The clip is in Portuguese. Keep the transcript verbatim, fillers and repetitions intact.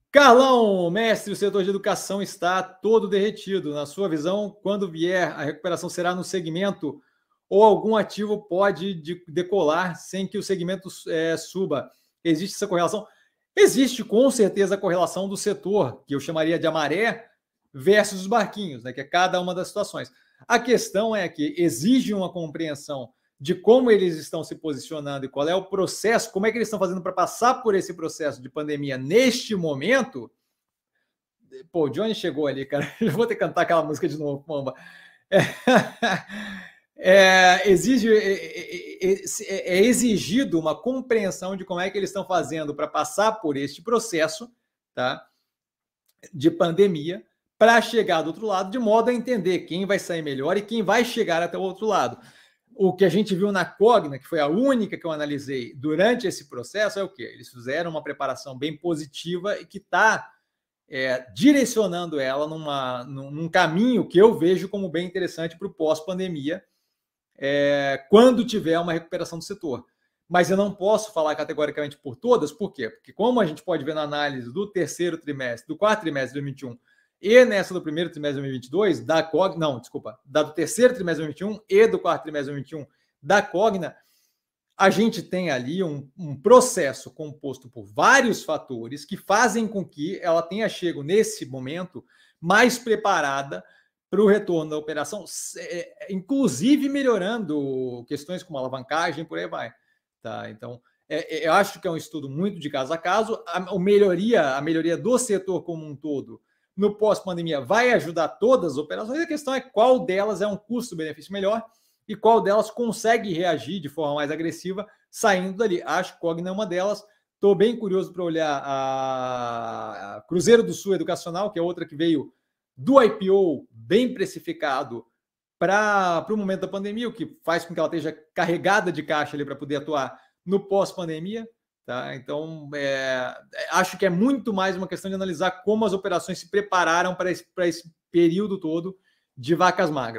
Carlão, mestre, o setor de educação está todo derretido. Na sua visão, quando vier, a recuperação será no segmento ou algum ativo pode de, decolar sem que o segmento é, suba? Existe essa correlação? Existe com certeza a correlação do setor, que eu chamaria de a maré, versus os barquinhos, né, que é cada uma das situações. A questão é que exige uma compreensão de como eles estão se posicionando e qual é o processo, como é que eles estão fazendo para passar por esse processo de pandemia neste momento. Pô, o Johnny chegou ali, cara. Eu vou ter que cantar aquela música de novo, Pomba. É, é, exige, é, é, é exigido uma compreensão de como é que eles estão fazendo para passar por este processo, tá, de pandemia, para chegar do outro lado, de modo a entender quem vai sair melhor e quem vai chegar até o outro lado. O que a gente viu na Cogna, que foi a única que eu analisei durante esse processo, é o quê? Eles fizeram uma preparação bem positiva e que está é, direcionando ela numa, num, num caminho que eu vejo como bem interessante para o pós-pandemia, é, quando tiver uma recuperação do setor. Mas eu não posso falar categoricamente por todas, por quê? Porque como a gente pode ver na análise do terceiro trimestre, do quarto trimestre de dois mil e vinte e um, e nessa do primeiro trimestre de dois mil e vinte e dois, da Cogna, não, desculpa, da do terceiro trimestre de dois mil e vinte e um e do quarto trimestre de dois mil e vinte e um, da Cogna, a gente tem ali um, um processo composto por vários fatores que fazem com que ela tenha chego nesse momento mais preparada para o retorno da operação, inclusive melhorando questões como alavancagem, por aí vai. Tá? Então, é, eu acho que é um estudo muito de caso a caso. A, a, melhoria, a melhoria do setor como um todo no pós-pandemia vai ajudar todas as operações. A questão é qual delas é um custo-benefício melhor e qual delas consegue reagir de forma mais agressiva saindo dali. Acho que Cogna é uma delas. Estou bem curioso para olhar a Cruzeiro do Sul Educacional, que é outra que veio do I P O bem precificado para o momento da pandemia, o que faz com que ela esteja carregada de caixa ali para poder atuar no pós-pandemia. Tá? Então, é, acho que é muito mais uma questão de analisar como as operações se prepararam para esse, para esse período todo de vacas magras.